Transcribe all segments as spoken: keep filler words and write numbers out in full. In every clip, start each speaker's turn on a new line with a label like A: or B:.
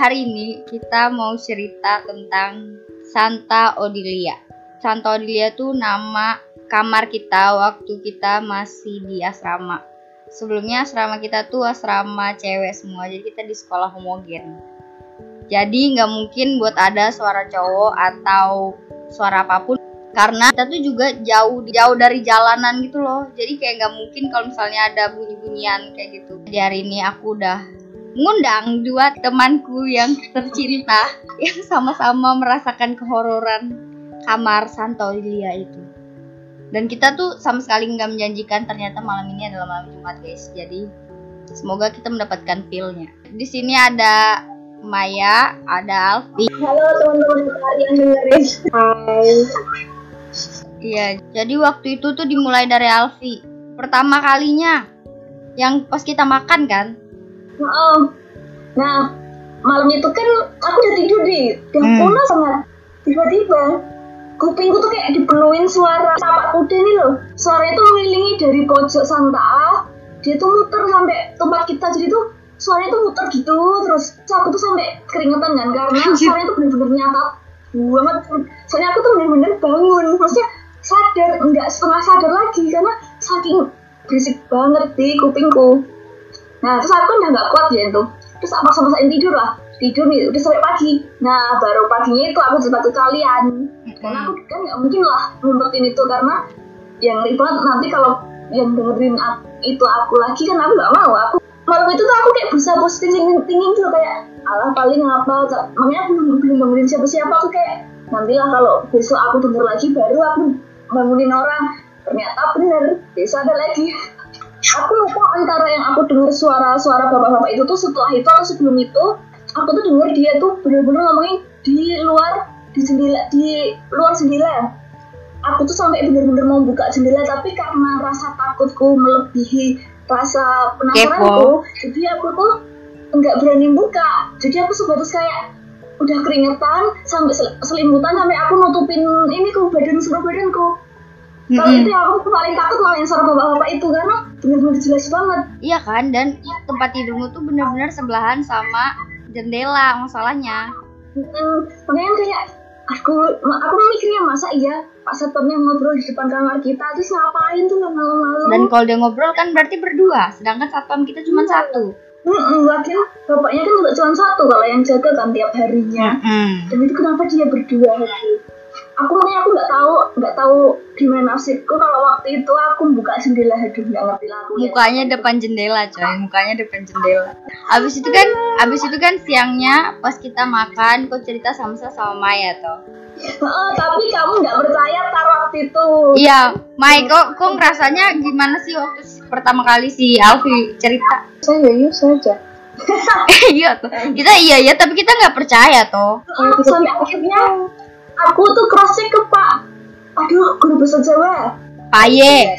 A: Hari ini kita mau cerita tentang Santa Odilia. Santa Odilia tuh nama kamar kita waktu kita masih di asrama. Sebelumnya asrama kita tuh asrama cewek semua, jadi kita di sekolah homogen. Jadi nggak mungkin buat ada suara cowok atau suara apapun, karena kita tuh juga jauh jauh dari jalanan gitu loh. Jadi kayak nggak mungkin kalau misalnya ada bunyi-bunyian kayak gitu. Di hari ini aku udah ngundang dua temanku yang tercinta yang sama-sama merasakan kehororan kamar Santa Odilia itu. Dan kita tuh sama sekali nggak menjanjikan ternyata malam ini adalah malam Jumat, guys. Jadi semoga kita mendapatkan feel-nya. Di sini ada Maya, ada Alfi.
B: Halo teman-teman yang dengerin. Hai.
A: Iya, jadi waktu itu tuh dimulai dari Alfi. Pertama kalinya yang pas kita makan kan?
B: Oh. Nah, malam itu kan aku udah tidur di dan
A: Hmm.
B: panas banget. Tiba-tiba kupingku tuh kayak dipenuhin suara tapak kuda nih loh. Suaranya tuh mengelilingi dari pojok Santa A. Dia tuh muter sampai tempat kita, jadi tuh suaranya tuh muter gitu. Terus aku tuh sampai keringetan kan karena suaranya tuh bener-bener nyata banget. Soalnya aku tuh bener-bener bangun, maksudnya sadar, enggak setengah sadar lagi karena saking berisik banget di kupingku. Nah, terus aku udah nggak kuat ya itu. Terus aku maksa-maksain tidur lah. Tidur nih, udah sampai pagi. Nah, baru paginya itu aku cerita ke kalian. Karena aku kan nggak mungkin lah ngumpetin itu. Karena yang ribet nanti kalau yang dengerin itu aku lagi kan aku nggak mau. Aku malam itu tuh aku kayak berusaha positif thinking gitu. Kayak, alah paling apa. Makanya aku belum, belum bangunin siapa-siapa. Aku kayak, nantilah kalau besok aku denger lagi baru aku bangunin orang. Ternyata bener, besok ada lagi. Aku lupa antara yang aku dengar suara-suara bapak-bapak itu tuh setelah itu atau sebelum itu. Aku tuh dengar dia tuh bener-bener ngomongin di luar di jendela, di luar jendela. Aku tuh sampai bener-bener mau buka jendela, tapi karena rasa takutku melebihi rasa penasaranku, jadi aku tuh nggak berani buka. Jadi aku sebatas kayak udah keringetan sampai selimutan sampai aku nutupin ini ku badan seluruh badanku. Mm-hmm. Kalau itu yang aku paling takut malah yang suara bapak-bapak itu karena benar-benar jelas banget.
A: Iya kan, dan tempat tidurmu tuh benar-benar sebelahan sama jendela masalahnya.
B: Hmm, makanya kayak aku aku mikirnya masa iya Pak Satpamnya ngobrol di depan kamar kita terus ngapain tuh malam-malam.
A: Dan kalau dia ngobrol kan berarti berdua, sedangkan satpam kita cuma hmm. satu.
B: Hmm, wakil bapaknya kan juga cuma satu kalau yang jaga kan tiap harinya.
A: Hmm.
B: Dan itu kenapa dia berdua lagi? Aku makanya aku nggak tahu nggak tahu gimana nasibku kalau waktu itu aku buka jendela. Aduh nggak ngerti lah aku.
A: Mukanya ya. Depan jendela coy, mukanya depan jendela. Abis itu kan, abis itu kan siangnya pas kita makan, kau cerita sama sama Maya toh.
B: Oh, tapi kamu nggak percaya tar waktu itu.
A: Iya, Maya kok kok ngerasanya gimana sih waktu pertama kali si Alfi cerita?
B: Saya iya saja.
A: Iya tuh, kita iya ya tapi kita nggak percaya toh.
B: Oh, sampai akhirnya aku tuh cross check ke Pak, aduh guru bahasa Jawa,
A: Paye.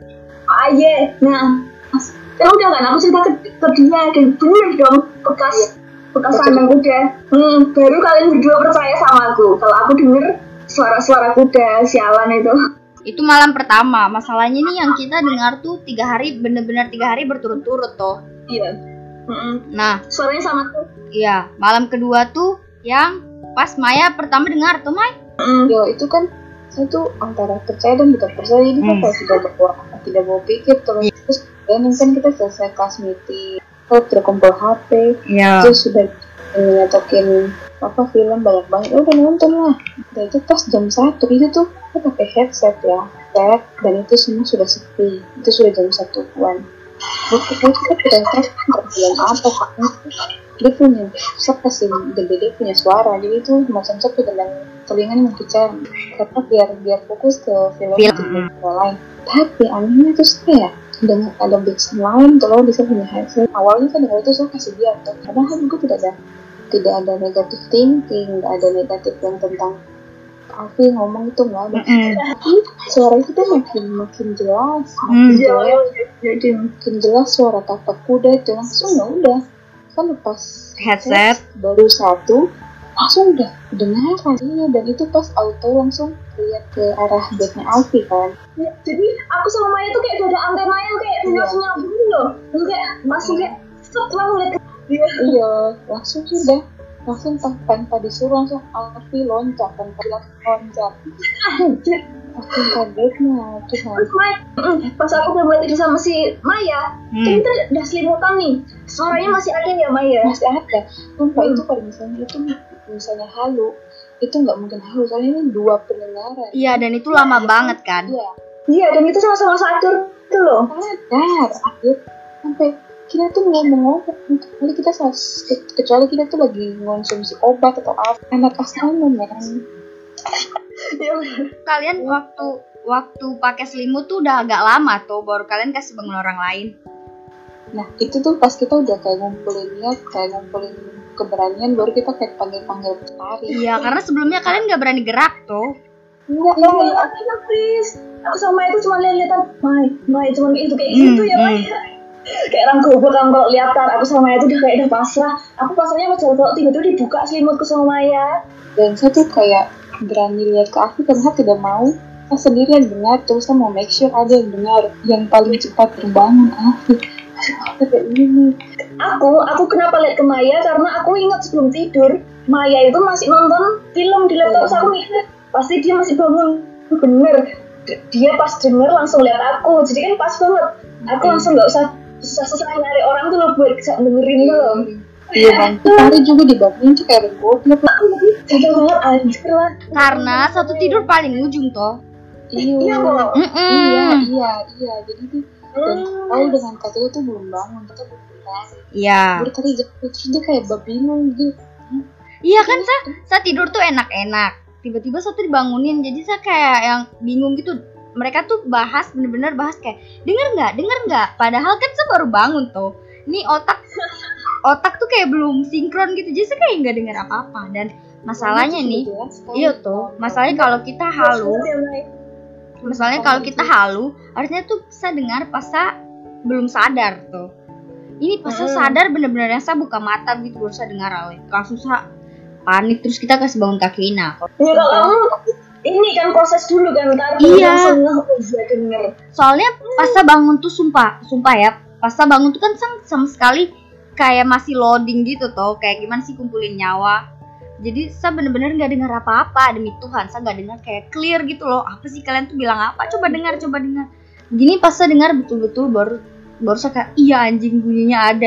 B: Paye. Nah, ya udah kan aku cerita ke, ke dia dan bener dong bekas bekas kandang kuda. Hmm, baru kalian berdua percaya sama aku kalau aku denger suara-suara kuda sialan itu.
A: Itu malam pertama. Masalahnya nih yang kita dengar tuh tiga hari bener-bener tiga hari berturut-turut toh.
B: Iya. Mm-mm.
A: Nah,
B: suaranya sama tuh.
A: Iya, malam kedua tuh yang pas Maya pertama dengar tuh May.
C: Mm. Yo itu kan saya tuh antara percaya dan bukan percaya, jadi kan kayak tidak bawa tidak bawa pikir terus. Yeah. Terus dan kan kita selesai kelas meeting, kita berkumpul H P, yeah. Terus sudah nyetokin apa film banyak banget, oh udah nonton lah. Dan itu pas jam satu itu tuh kita pakai headset ya, headset dan itu semua sudah sepi, itu sudah jam satuan. Terus kita kita kira-kira film apa kan? Dia punya siapa sih gede dia punya suara, jadi itu macam satu dengan telinganya mengejar karena biar biar fokus ke film yang lain. Tapi anehnya tuh saya dengan ada backsound lain kalau bisa punya headset. Awalnya kan dengar itu saya kasih dia tuh, padahal juga tidak ada tidak ada negatif thinking, tidak ada negatif yang tentang Alfi ngomong itu nggak ada. Tapi suara itu tuh makin makin jelas, makin
A: mm.
C: jelas, jadi makin jelas suara tapak kuda itu langsung ya udah. Kan lepas
A: headset
C: baru satu langsung udah dengar rasanya dan itu pas auto langsung lihat ke arah bednya Alfi kan
B: ya, jadi aku sama Maya tuh kayak udah ada antenanya kayak sinyal-sinyal gitu loh, terus kayak masih kayak set langsung lihat
C: iya, iya langsung sudah langsung tanpa disuruh langsung Alfi loncat tanpa bilang loncat. Langsung kagetnya terus
B: Terus Maya, mm, pas aku udah mulai tidur sama si Maya,
A: Hmm.
B: kan kita udah selimutan nih, suaranya masih ada ya Maya?
C: masih ada. Sumpah
B: Hmm.
C: itu kalau misalnya itu misalnya halu, itu nggak mungkin halu soalnya ini dua pendengaran.
A: Iya, dan itu lama banget kan.
C: Iya.
B: Iya, dan itu sama-sama sadar itu loh.
C: Sadar, ya. Sampai kita tuh ngomong kali kita sas, kecuali kita tuh lagi konsumsi obat atau apa, anak asrama kan.
B: Iya.
A: Kalian waktu waktu pakai selimut tuh udah agak lama tuh, baru kalian kasih bangun orang lain.
C: Nah itu tuh pas kita udah kayak ngumpulin niat, kayak ngumpulin keberanian, baru kita kayak panggil-panggil tari.
A: Iya, karena sebelumnya kalian nggak berani gerak tuh.
C: Enggak,
B: Iya,
C: enggak,
B: aku ingat, please. Aku sama Maya itu cuma lihat-lihatan, Maya, Maya cuma itu kayak
A: Hmm,
B: gitu ya
A: hmm.
B: Maya. Kayak orang goblok kan kalau lihatan, aku sama Maya itu udah kayak udah pasrah. Aku pasrahnya pas kalau tiba-tiba dibuka selimutku sama Maya.
C: Dan saya tuh kayak berani lihat ke aku karena saya tidak mau saya sendirian dengar, terus saya mau make sure ada yang dengar yang paling cepat terbangun. Aku apa kayak ini.
B: Aku, aku kenapa lihat ke Maya karena aku ingat sebelum tidur Maya itu masih nonton film di laptop. Terus aku mikir pasti dia masih bangun bener. D- Dia pas denger langsung lihat aku, jadi kan pas banget. Aku langsung nggak usah susah-susah nyari orang tuh loh buat bisa dengerin tuh loh.
C: Iya kan, tari juga dibangunin tuh kayak goblok.
B: Jaga banget anjir lah.
A: Karena satu tidur paling ujung toh.
B: Iya kok.
A: Mm-mm.
C: Iya, iya, iya. Jadi tuh dan
B: Hmm.
C: tahu dengan kata itu tuh belum bangun, kita belum bangun.
A: Iya.
C: Baru tadi jatuh terus dia kayak bingung gitu.
A: Iya kan, sa, sa tidur tuh enak-enak. Tiba-tiba saya tuh dibangunin, jadi saya kayak yang bingung gitu. Mereka tuh bahas, bener-bener bahas kayak denger nggak, denger nggak. Padahal kan saya baru bangun tuh. Ini otak, otak tuh kayak belum sinkron gitu. Jadi saya kayak nggak dengar apa-apa. Dan masalahnya nih, iya tuh, masalahnya kalau kita halu, masalahnya kalau kita halu, harusnya tuh saya dengar pas saya belum sadar tuh. Ini pas saya
B: Hmm.
A: sadar bener-bener yang saya buka mata gitu baru saya dengar Ale. Langsung saya panik, terus kita kasih bangun Kak Ina.
B: Iya kalau kamu ini kan proses dulu kan ntar
A: Iya.
B: langsung ngeh, oh iya denger.
A: Soalnya pas saya bangun tuh sumpah, sumpah ya, pas saya bangun tuh kan sama, sama sekali kayak masih loading gitu tuh, kayak gimana sih kumpulin nyawa. Jadi saya bener-bener nggak dengar apa-apa, demi Tuhan saya nggak dengar kayak clear gitu loh. Apa sih kalian tuh bilang apa? Coba dengar, coba dengar. Gini pas saya dengar betul-betul baru baru saya kayak iya anjing bunyinya ada.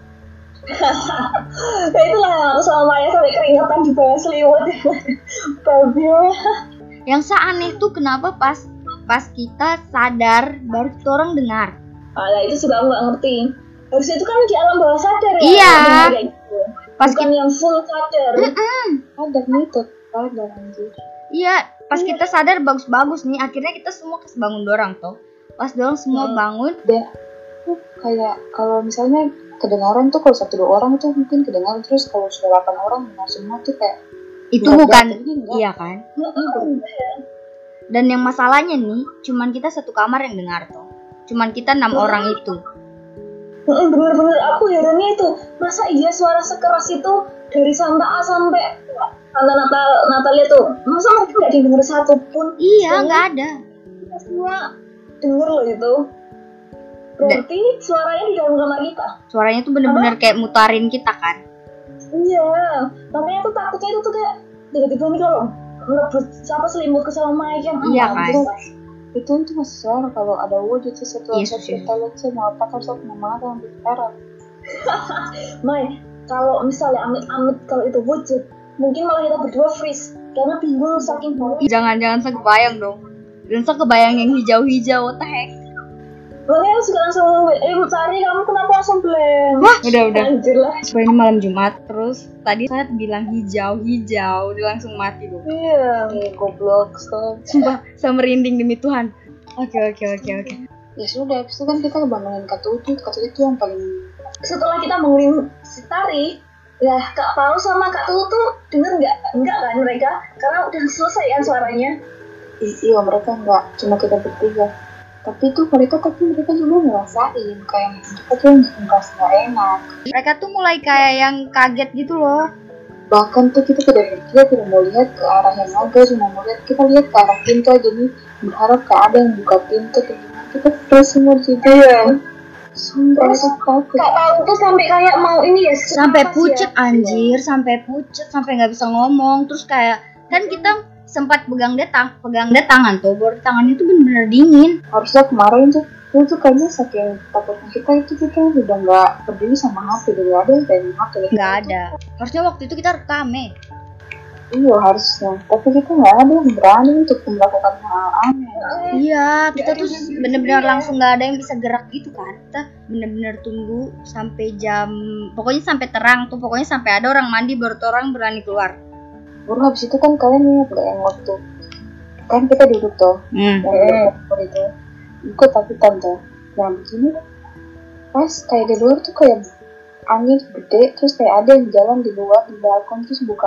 B: Ya itulah yang aku sama Maya sampai keringetan di bawah selimut. Babi.
A: Yang saya aneh tuh kenapa pas pas kita sadar baru kita orang dengar.
B: Nah itu juga aku nggak ngerti. Harusnya itu kan di alam bawah sadar ya.
A: Iya.
B: dengar kayak gitu.
A: Pas
B: Bukan yang full sadar.
C: Ada nih tuh, ada anjir.
A: Iya, pas kita sadar bagus-bagus nih, akhirnya kita semua kasih bangun dorang tuh. Pas dorang semua
B: Hmm.
A: bangun,
C: Dan tuh kayak kalau misalnya kedengaran tuh kalau satu dua orang tuh mungkin kedengaran, terus kalau sudah delapan orang dengar semua tuh kayak
A: itu
C: Berat
A: bukan,
C: banget, ini enggak.
A: iya kan?
B: Heeh.
A: Dan yang masalahnya nih, cuman kita satu kamar yang dengar tuh. Cuman kita enam orang itu.
B: Heeh, bener-bener aku herannya itu. Masa iya suara sekeras itu dari Santa A sampai Santa Natal Natalia tuh. Masa mereka nggak didengar satu pun?
A: Iya, nggak ada.
B: Kita semua denger loh itu. Berarti suaranya di dalam kamar kita.
A: Suaranya tuh bener-bener kayak mutarin kita kan.
B: Iya, makanya tuh takutnya itu tuh kayak tiba-tiba nih kalau ngerebut siapa selimut ke sama Mike yang
A: Iya,
B: ah,
A: kan?
B: gitu.
C: itu tuh masih suara kalau ada wujud sesuatu yang
A: Yesus,
C: kita lihat saya mau apa kan saya mau marah sampai sekarang.
B: Mai, kalau misalnya amit-amit kalau itu wujud, mungkin malah kita berdua freeze karena bingung saking bau.
A: Jangan-jangan saya kebayang dong. Dan saya kebayang yang hijau-hijau, what the heck.
B: Makanya suka langsung, eh Sari kamu kenapa langsung blank?
A: Wah, udah-udah.
B: Anjir lah.
A: Supaya ini malam Jumat, terus tadi saya bilang hijau-hijau, dia langsung mati dong.
B: Iya.
C: Eh goblok stop.
A: Sumpah, saya merinding demi Tuhan. Oke, oke, oke, oke.
C: Ya sudah, habis itu kan kita bangunin Kak Tutut, Kak Tutut itu yang paling
B: Setelah kita bangunin si Tari, ya Kak Paul sama Kak Tulu tuh denger nggak? Enggak kan mereka? Karena udah selesai kan suaranya.
C: I- iya mereka enggak, cuma kita bertiga. Tapi tuh mereka tapi mereka juga ngerasain kayak mereka tuh ngerasa nggak enak.
A: Mereka tuh mulai kayak yang kaget gitu loh.
C: Bahkan tuh kita tidak bertiga tidak mau lihat ke arah yang ada, cuma mau lihat kita lihat ke arah pintu aja nih, berharap kayak ada yang buka pintu kayak gimana. Kita terus semua di situ ya.
B: Terus Kak Paul tuh sampai kayak mau ini ya,
A: sampai pucet ya? Anjir, sampai pucet, sampai nggak bisa ngomong. Terus kayak kan kita sempat pegang dia tang pegang dia tangan tuh, baru tangannya tuh bener-bener dingin.
C: Harusnya kemarin tuh itu kayaknya saking takutnya kita itu kita udah nggak peduli sama H P, udah ada yang pengen H P
A: nggak ada. Harusnya waktu itu kita rekame.
C: Iya harusnya, tapi kita nggak ada yang berani untuk melakukan hal aneh.
A: Iya, kita tuh bener-bener langsung nggak ada yang bisa gerak gitu kan. Kita bener-bener tunggu sampai jam, pokoknya sampai terang tuh, pokoknya sampai ada orang mandi baru tuh orang berani keluar.
C: Baru habis itu kan kalian ingat nggak yang waktu kan kita duduk tuh, hmm. yang duduk itu ikut tapi tante, yang begini pas kayak di luar tuh kayak angin gede, terus kayak ada yang jalan di luar di balkon terus buka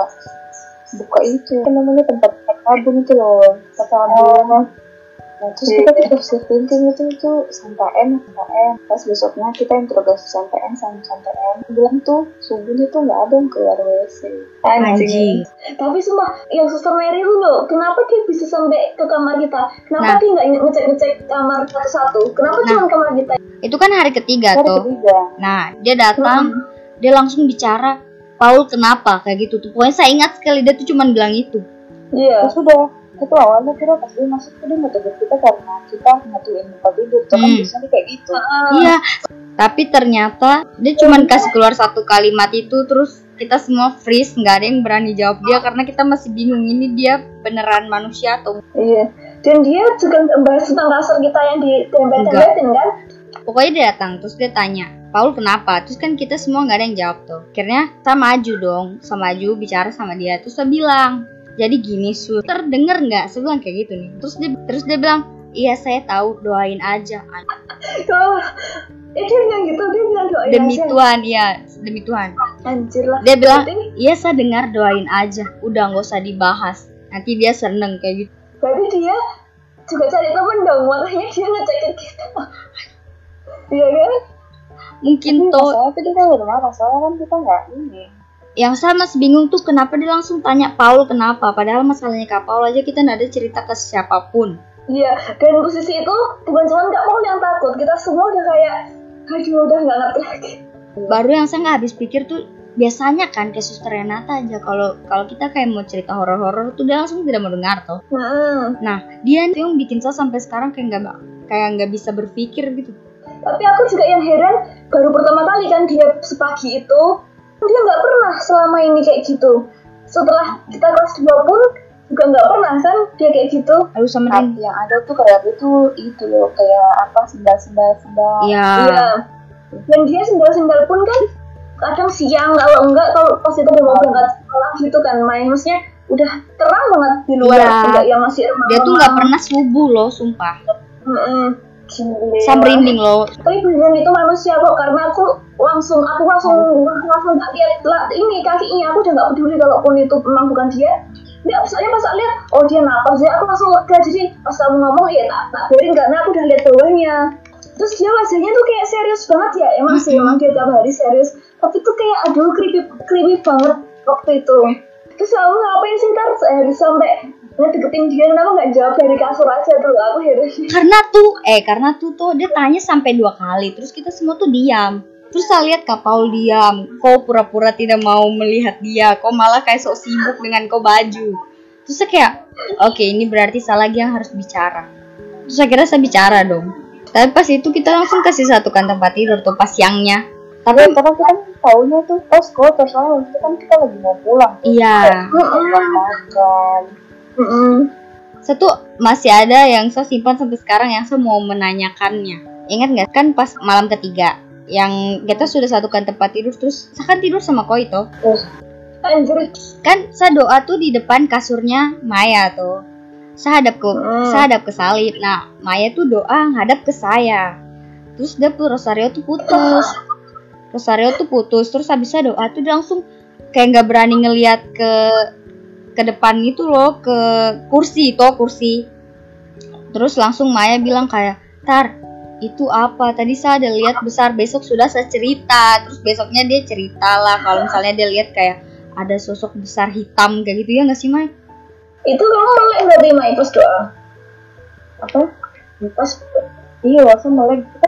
C: buka itu kan namanya tempat tabung itu loh, tempat tabung. Nah terus kita dikasih thinking itu itu santai M santai M pas besoknya kita interogasi santai M sama santai M bilang tuh subuhnya tuh nggak ada yang keluar W C.
A: Anjing.
B: Tapi semua yang suster Mary itu loh, kenapa dia bisa sampai ke kamar kita? Kenapa nah. dia nggak ngecek ngecek kamar satu-satu? Kenapa nah. cuma kamar kita?
A: Itu kan hari ketiga
C: hari
A: tuh.
C: Ketiga.
A: Nah dia datang, hmm. dia langsung bicara, Paul kenapa kayak gitu tuh. Pokoknya saya ingat sekali dia tuh cuma bilang itu.
B: Iya.
C: Yeah. Sudah. Itu awalnya kira pas dia masuk tuh dia mau tegur kita karena kita ngatuin tempat tidur, tuh kan biasanya kayak gitu.
A: Uh. Iya, tapi ternyata dia cuma kasih keluar satu kalimat itu, terus kita semua freeze, nggak ada yang berani jawab dia karena kita masih bingung ini dia beneran manusia atau.
B: Iya, dan dia juga bahas tentang kasur kita yang ditempel-tempelin kan?
A: Pokoknya dia datang, terus dia tanya, Paul kenapa? Terus kan kita semua nggak ada yang jawab tuh. Akhirnya saya maju dong, saya maju bicara sama dia, terus saya bilang. Jadi gini, Su, terdengar nggak? Saya bilang kayak gitu nih. Terus dia, terus dia bilang, iya saya tahu, doain aja.
B: Oh, eh, dia bilang gitu, dia bilang doain
A: demi
B: aja.
A: Demi Tuhan, ya, demi Tuhan.
B: Anjir lah.
A: Dia bilang, iya saya dengar, doain aja. Udah nggak usah dibahas. Nanti dia seneng kayak gitu.
B: Berarti dia juga cari temen dong, makanya dia ngecekin kita. Iya kan?
A: Mungkin
C: tuh.
A: Tapi
C: kita udah marah, soalnya kan kita nggak ini.
A: Yang saya masih bingung tuh kenapa dia langsung tanya Paul kenapa, padahal masalahnya Kak Paul aja kita nggak ada cerita ke siapapun.
B: Iya, dan posisi itu bukan cuma Kak Paul yang takut, kita semua udah kayak aduh udah nggak ngerti lagi.
A: Baru yang saya nggak habis pikir tuh biasanya kan kayak Suster Renata aja kalau kalau kita kayak mau cerita horor-horor tuh dia langsung tidak mau dengar tuh.
B: Hmm.
A: Nah dia tuh yang bikin saya sampai sekarang kayak nggak kayak nggak bisa berpikir gitu.
B: Tapi aku juga yang heran baru pertama kali kan dia sepagi itu. Dia nggak pernah selama ini kayak gitu. Setelah kita kelas dua pun juga nggak pernah kan dia kayak gitu.
A: Lalu sama
C: nah, yang ada tuh kayak itu itu loh kayak apa sendal-sendal sendal.
A: Iya.
B: Iya. Dan dia sendal-sendal pun kan kadang siang kalau enggak kalau pas itu udah mau berangkat sekolah gitu kan main maksudnya udah terang banget di luar
A: ya.
B: Enggak yang masih remang.
A: Dia tuh nggak pernah subuh loh sumpah.
B: Mm-mm.
A: Saya merinding loh.
B: Tapi beneran itu manusia kok karena aku langsung aku langsung langsung tak lihat lah ini kakinya aku udah nggak peduli kalaupun itu memang bukan dia. Dia soalnya pas lihat oh dia napas ya aku langsung lega jadi pas kamu ngomong ya tak tak biarin karena aku udah lihat bawahnya. Terus dia wajahnya tuh kayak serius banget ya emang sih emang dia tiap hari serius. Tapi tuh kayak aduh creepy creepy banget waktu itu. Terus kamu ngapain sih ntar harus sampai ngedeketin dia kenapa nggak jawab dari kasur aja tuh aku heran.
A: Karena tuh eh karena tuh tuh dia tanya sampai dua kali terus kita semua tuh diam. Terus saya lihat Kak Paul diam, kau pura-pura tidak mau melihat dia, kau malah kayak sok sibuk dengan kau baju. Terus saya kayak oke okay, ini berarti saya lagi yang harus bicara. Terus akhirnya saya bicara dong. Tapi pas itu kita langsung kasih satukan tempat tidur tuh pas siangnya.
C: Tapi karena kita kan taunya tuh pas kotor soalnya waktu itu kan kita lagi mau pulang.
A: Iya.
C: Makan.
B: Mm-hmm.
A: Satu masih ada yang saya simpan sampai sekarang yang saya mau menanyakannya. Ingat nggak kan pas malam ketiga yang kita sudah satukan tempat tidur terus saya kan tidur sama kau itu.
B: Oh. Anjir.
A: Kan saya doa tuh di depan kasurnya Maya tuh. Saya hadap ke mm. saya hadap ke salib. Nah Maya tuh doa hadap ke saya. Terus dia tuh rosario tuh putus. Rosario tuh putus terus habisnya doa tuh dia langsung kayak nggak berani ngelihat ke ke depan itu loh ke kursi itu kursi terus langsung Maya bilang kayak Tar itu apa tadi saya ada lihat besar besok sudah saya cerita terus besoknya dia cerita lah kalau misalnya dia lihat kayak ada sosok besar hitam kayak gitu ya nggak sih Maya?
B: Itu kamu melek berarti Maya pas doa
C: apa? Pas iya langsung melek kita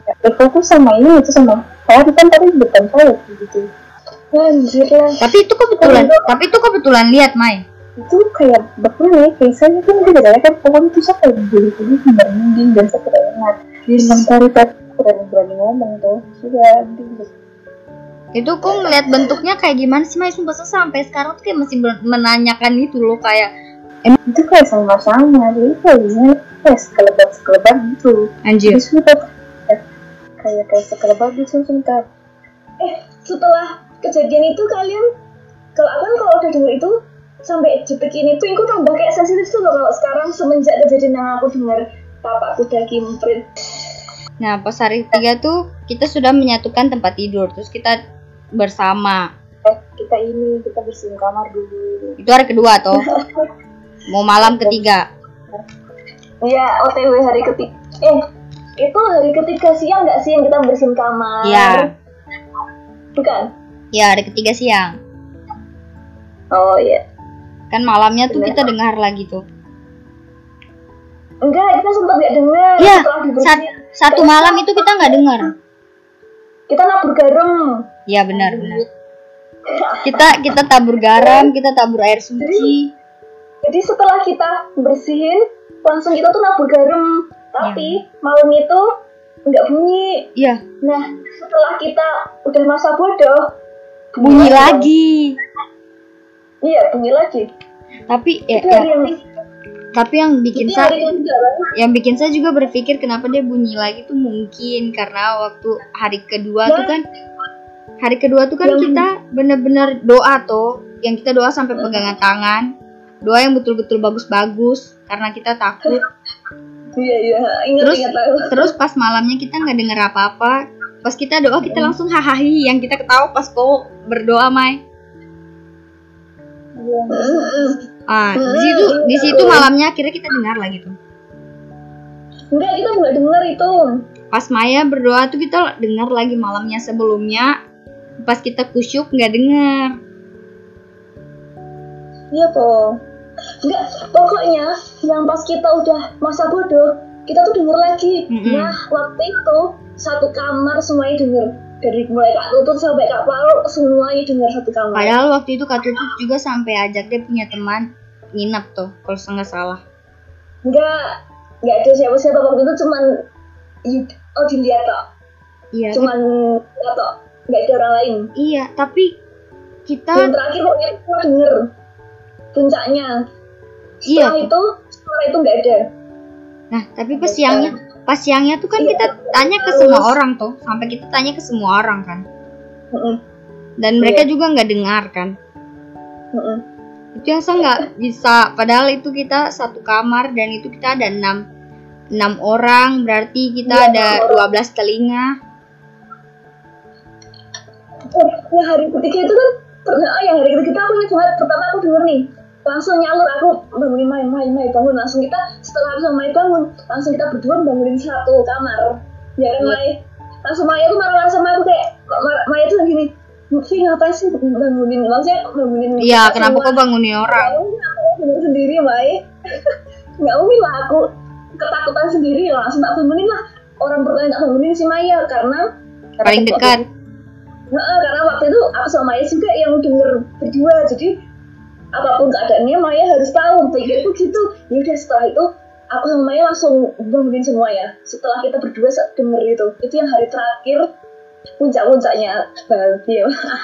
C: Eko tuh sama ini itu sama saya kan tadi depan saya gitu.
B: Anjir lah.
A: Tapi itu kebetulan, oh, tapi itu kebetulan lihat Mai.
C: Itu kayak bagaimana? Biasanya kan kita ada kan pohon itu sampai beli-beli merinding dan saya tidak ingat. Di mentari tadi berani ngomong tuh sudah gitu.
A: Itu kok ngeliat bentuknya kayak gimana sih Mai? Sumpah sampai sekarang tuh kayak masih menanyakan itu loh kayak
C: emang itu kayak sama-sama jadi kayaknya kayak sekelebat-sekelebat gitu.
A: Anjir.
C: Sudah kayak kayak sekelebat gitu sebentar.
B: Eh setelah kejadian itu kalian, kalau aku kan kalau udah denger itu sampai detik ini tuh aku tambah kayak sensitif tuh loh kalau sekarang semenjak kejadian yang aku dengar tapak kuda kimprit.
A: Nah pas hari ketiga tuh kita sudah menyatukan tempat tidur terus kita bersama.
C: Eh kita ini kita bersihin kamar dulu.
A: Itu hari kedua toh. Mau malam ketiga.
B: Iya O T W hari ketiga. Eh itu hari ketiga siang nggak sih yang kita bersihin kamar?
A: Iya.
B: Bukan?
A: Ya hari ketiga siang.
B: Oh iya.
A: Kan malamnya tuh kita dengar lagi tuh.
B: Enggak, kita sempat nggak dengar.
A: Iya. Sat- satu malam itu kita nggak dengar.
B: Kita nabur garam.
A: Iya benar benar. Kita kita tabur garam, kita tabur air suci.
B: Jadi, jadi setelah kita bersihin, langsung kita tuh nabur garam. Tapi ya. Malam itu nggak bunyi.
A: Iya.
B: Nah setelah kita udah masa bodoh.
A: Bunyi, bunyi lagi.
B: Iya, bunyi lagi.
A: Tapi ya, ya yang, tapi yang bikin saya yang bikin saya juga berpikir kenapa dia bunyi lagi tuh mungkin karena waktu hari kedua nah, tuh kan hari kedua tuh kan yang, kita bener-bener doa tuh, yang kita doa sampai pegangan tangan. Doa yang betul-betul bagus-bagus karena kita takut.
B: Iya, iya, ingat
A: terus,
B: ingat
A: terus pas malamnya kita nggak dengar apa-apa. Pas kita doa kita langsung hahaha, yang kita ketawa pas kau berdoa Mai. Ah di situ di situ malamnya akhirnya kita dengar lagi tuh.
B: Enggak, kita nggak dengar itu.
A: Pas Maya berdoa tuh kita dengar lagi malamnya sebelumnya. Pas kita kusyuk nggak dengar.
B: Iya toh. Enggak, pokoknya yang pas kita udah masa bodoh kita tuh dengar lagi. Mm-hmm. Nah waktu itu satu kamar semuanya dengar, dari mulai Kak Tutut sampai Kak Paul semuanya dengar satu kamar.
A: Padahal waktu itu Kak Tutut juga sampai ajak dia punya teman nginep tuh kalau nggak salah.
B: Enggak, enggak ada siapa-siapa waktu itu, cuman oh dilihat toh. Iya. Cuman lihat toh, enggak ada orang lain.
A: Iya, tapi kita
B: yang terakhir pokoknya kita dengar puncaknya.
A: Iya.
B: Setelah itu suara itu enggak ada.
A: Nah, tapi pas siangnya Pas siangnya tuh kan iya, kita tanya ke semua orang tuh, sampai kita tanya ke semua orang kan, uh-uh. dan mereka iya. juga nggak dengar kan, uh-uh. itu yang saya nggak bisa. Padahal itu kita satu kamar dan itu kita ada enam enam orang, berarti kita iya, ada dua belas telinga.
B: Oh, ya hari ketiga itu kan pernah, oh ya hari ketiga aku ingat banget, pertama aku denger nih. Langsung nyalur, aku bangunin Mai, Mai, Mai bangun. Langsung kita setelah aku sama Mai bangun, langsung kita berdua bangunin satu kamar. Ya kan Mai? Langsung Maya tuh marah-marah sama aku kayak, kok Maya tuh gini, Fi ngapain sih bangunin? Maksudnya bangunin.
A: Iya, kenapa kok bangunin orang?
B: Aku bangun sendiri Mai. Gak mungkin lah aku ketakutan sendiri lah, langsung tak bangunin lah. Orang pertama tak bangunin si Maya karena
A: paling dekat.
B: Nah, karena waktu itu aku sama Maya juga yang denger berdua, jadi apapun keadaannya Maya harus tahu. Pikirku gitu. Ya udah setelah itu aku sama Maya langsung bangunin semua ya. Setelah kita berdua denger itu, itu yang hari terakhir puncak-puncaknya bahagia.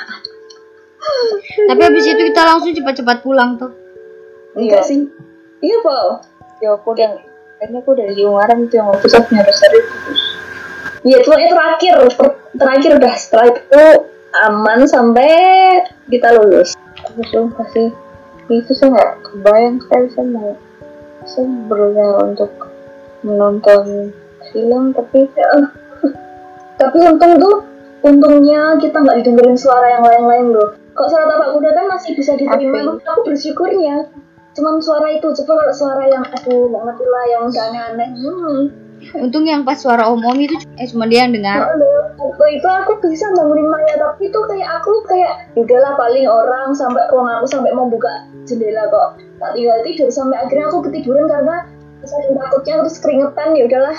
A: Tapi habis itu kita langsung cepat-cepat pulang tuh.
B: Enggak iya. sih. Iya Paul.
C: Ya aku udah, kayaknya aku udah di Ungaran itu yang waktu satunya besar itu.
B: Iya cuma itu terakhir, ter- terakhir udah setelah itu aman sampai kita lulus.
C: Aku tuh kasih itu saya nggak kebayang sekali, saya mau saya berusaha untuk menonton film tapi
B: ya, tapi untung tuh untungnya kita nggak didengerin suara yang lain-lain loh. Kok suara tapak kuda kan masih bisa diterima, okay. Aku bersyukurnya cuman suara itu. Coba kalau suara yang aduh nggak ngerti lah yang aneh-aneh. Hmm.
A: Untung yang pas suara om-om itu eh cuma dia yang dengar.
B: Waktu itu aku bisa bangunin Maya, tapi itu kayak aku kayak udahlah paling orang sampai ruang aku sampai mau buka jendela kok tak tinggal tidur sampai akhirnya aku ketiduran karena saking takutnya terus keringetan. Ya udahlah.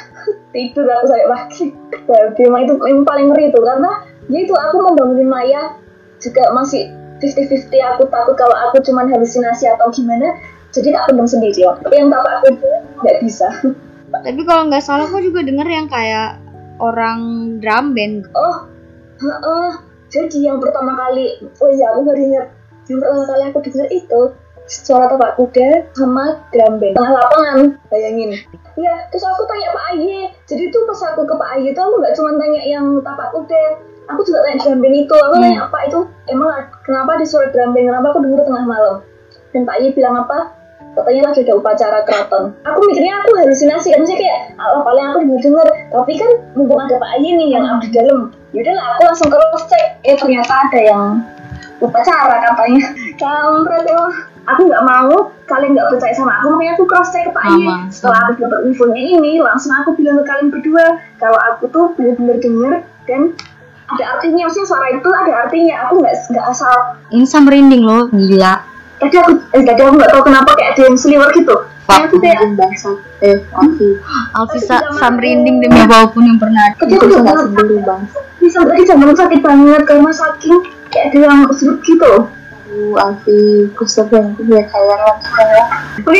B: tidur aku sampai pagi. Tapi emang itu yang paling ngeri itu karena ya itu aku membangunin Maya juga masih fifty fifty, aku takut kalau aku cuman halusinasi atau gimana, jadi tak pendam sendiri. Tapi yang tapak aku itu nggak bisa.
A: Tapi kalau nggak salah aku juga denger yang kayak orang drum band.
B: Oh, heeh. Jadi yang pertama kali, oh iya aku baru ingat, yang pertama kali aku dengar itu suara tapak kuda sama drum band tengah lapangan, bayangin. Ya, terus aku tanya Pak Aye. Jadi tuh pas aku ke Pak Aye itu aku nggak cuma tanya yang tapak kuda, aku juga tanya drum band itu. Aku hmm. tanya apa itu, emang kenapa di suara drum band, kenapa aku dengar tengah malam? Dan Pak Aye bilang apa? Katanya lagi ada upacara keraton. Aku mikirnya aku halusinasi kan, maksudnya kayak apa paling aku denger-denger. Tapi kan mumpung ada Pak Aye nih yang ada di dalam, yaudahlah aku langsung cross check. Eh ternyata ada yang upacara katanya. Kampret emang. Aku nggak mau kalian nggak percaya sama aku, makanya aku cross check ke Pak Aye. Setelah aku dapat infonya ini, langsung aku bilang ke kalian berdua kalau aku tuh bener-bener denger dan ada artinya, maksudnya suara itu ada artinya. Aku nggak nggak asal.
A: Ini merinding loh, gila.
B: Tadi aku, eh, tadi aku nggak tahu kenapa kayak ada yang seliwer gitu.
C: Pak, aku kayak bangsa. Eh, Alfi.
A: Alfi merinding demi apapun yang pernah.
B: Tadi aku nggak sendiri bangsa. Bisa tadi jangan sakit banget karena saking kayak ada yang serut gitu.
C: Uh, Alfi, kusir yang punya khayalan saya.
B: Oke.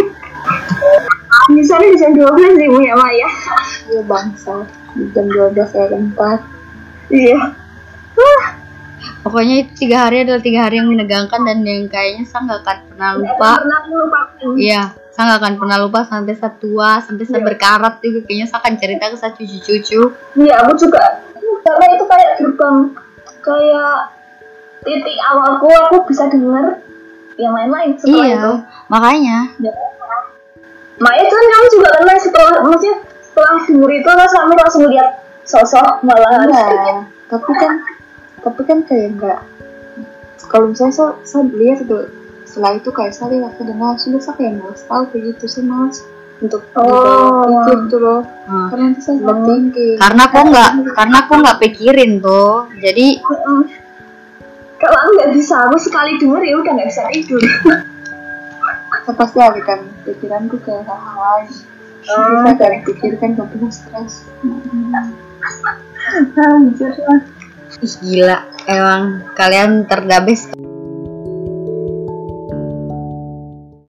B: Misalnya di jam dua belas nih punya Maya.
C: Iya bangsa. Di jam dua belas saya tempat.
B: Iya.
A: Pokoknya itu tiga hari adalah tiga hari yang menegangkan dan yang kayaknya saya nggak akan pernah lupa.
B: Pernah lupa.
A: Iya, saya nggak akan pernah lupa sampai saya tua, sampai saya berkarat juga. Kayaknya saya akan cerita ke saya cucu-cucu.
B: Iya, aku juga. Karena itu kayak gerbang, kayak titik awalku aku bisa dengar yang lain-lain setelah
A: iya,
B: itu.
A: Makanya.
B: Ya. Makanya kan kamu juga kenal setelah, maksudnya setelah denger itu kamu langsung lihat sosok malah.
C: Iya, tapi kan tapi kan kayak enggak, kalau misalnya saya, saya lihat itu setelah itu kayak saya lihat ke dengar sudah saya kayak malas tahu kayak gitu, saya malas untuk
B: oh.
C: pikir tuh loh. hmm. Karena nanti saya nggak thinking,
A: karena aku nggak karena aku nggak pikirin tuh, jadi
B: uh-uh. kalau aku nggak bisa, aku sekali denger ya udah nggak bisa tidur.
C: Saya pasti alihkan pikiranku ke hal-hal lain. uh. Saya dari pikirkan nggak perlu stres.
B: Anjir lah.
A: Ih gila, emang kalian terdabes.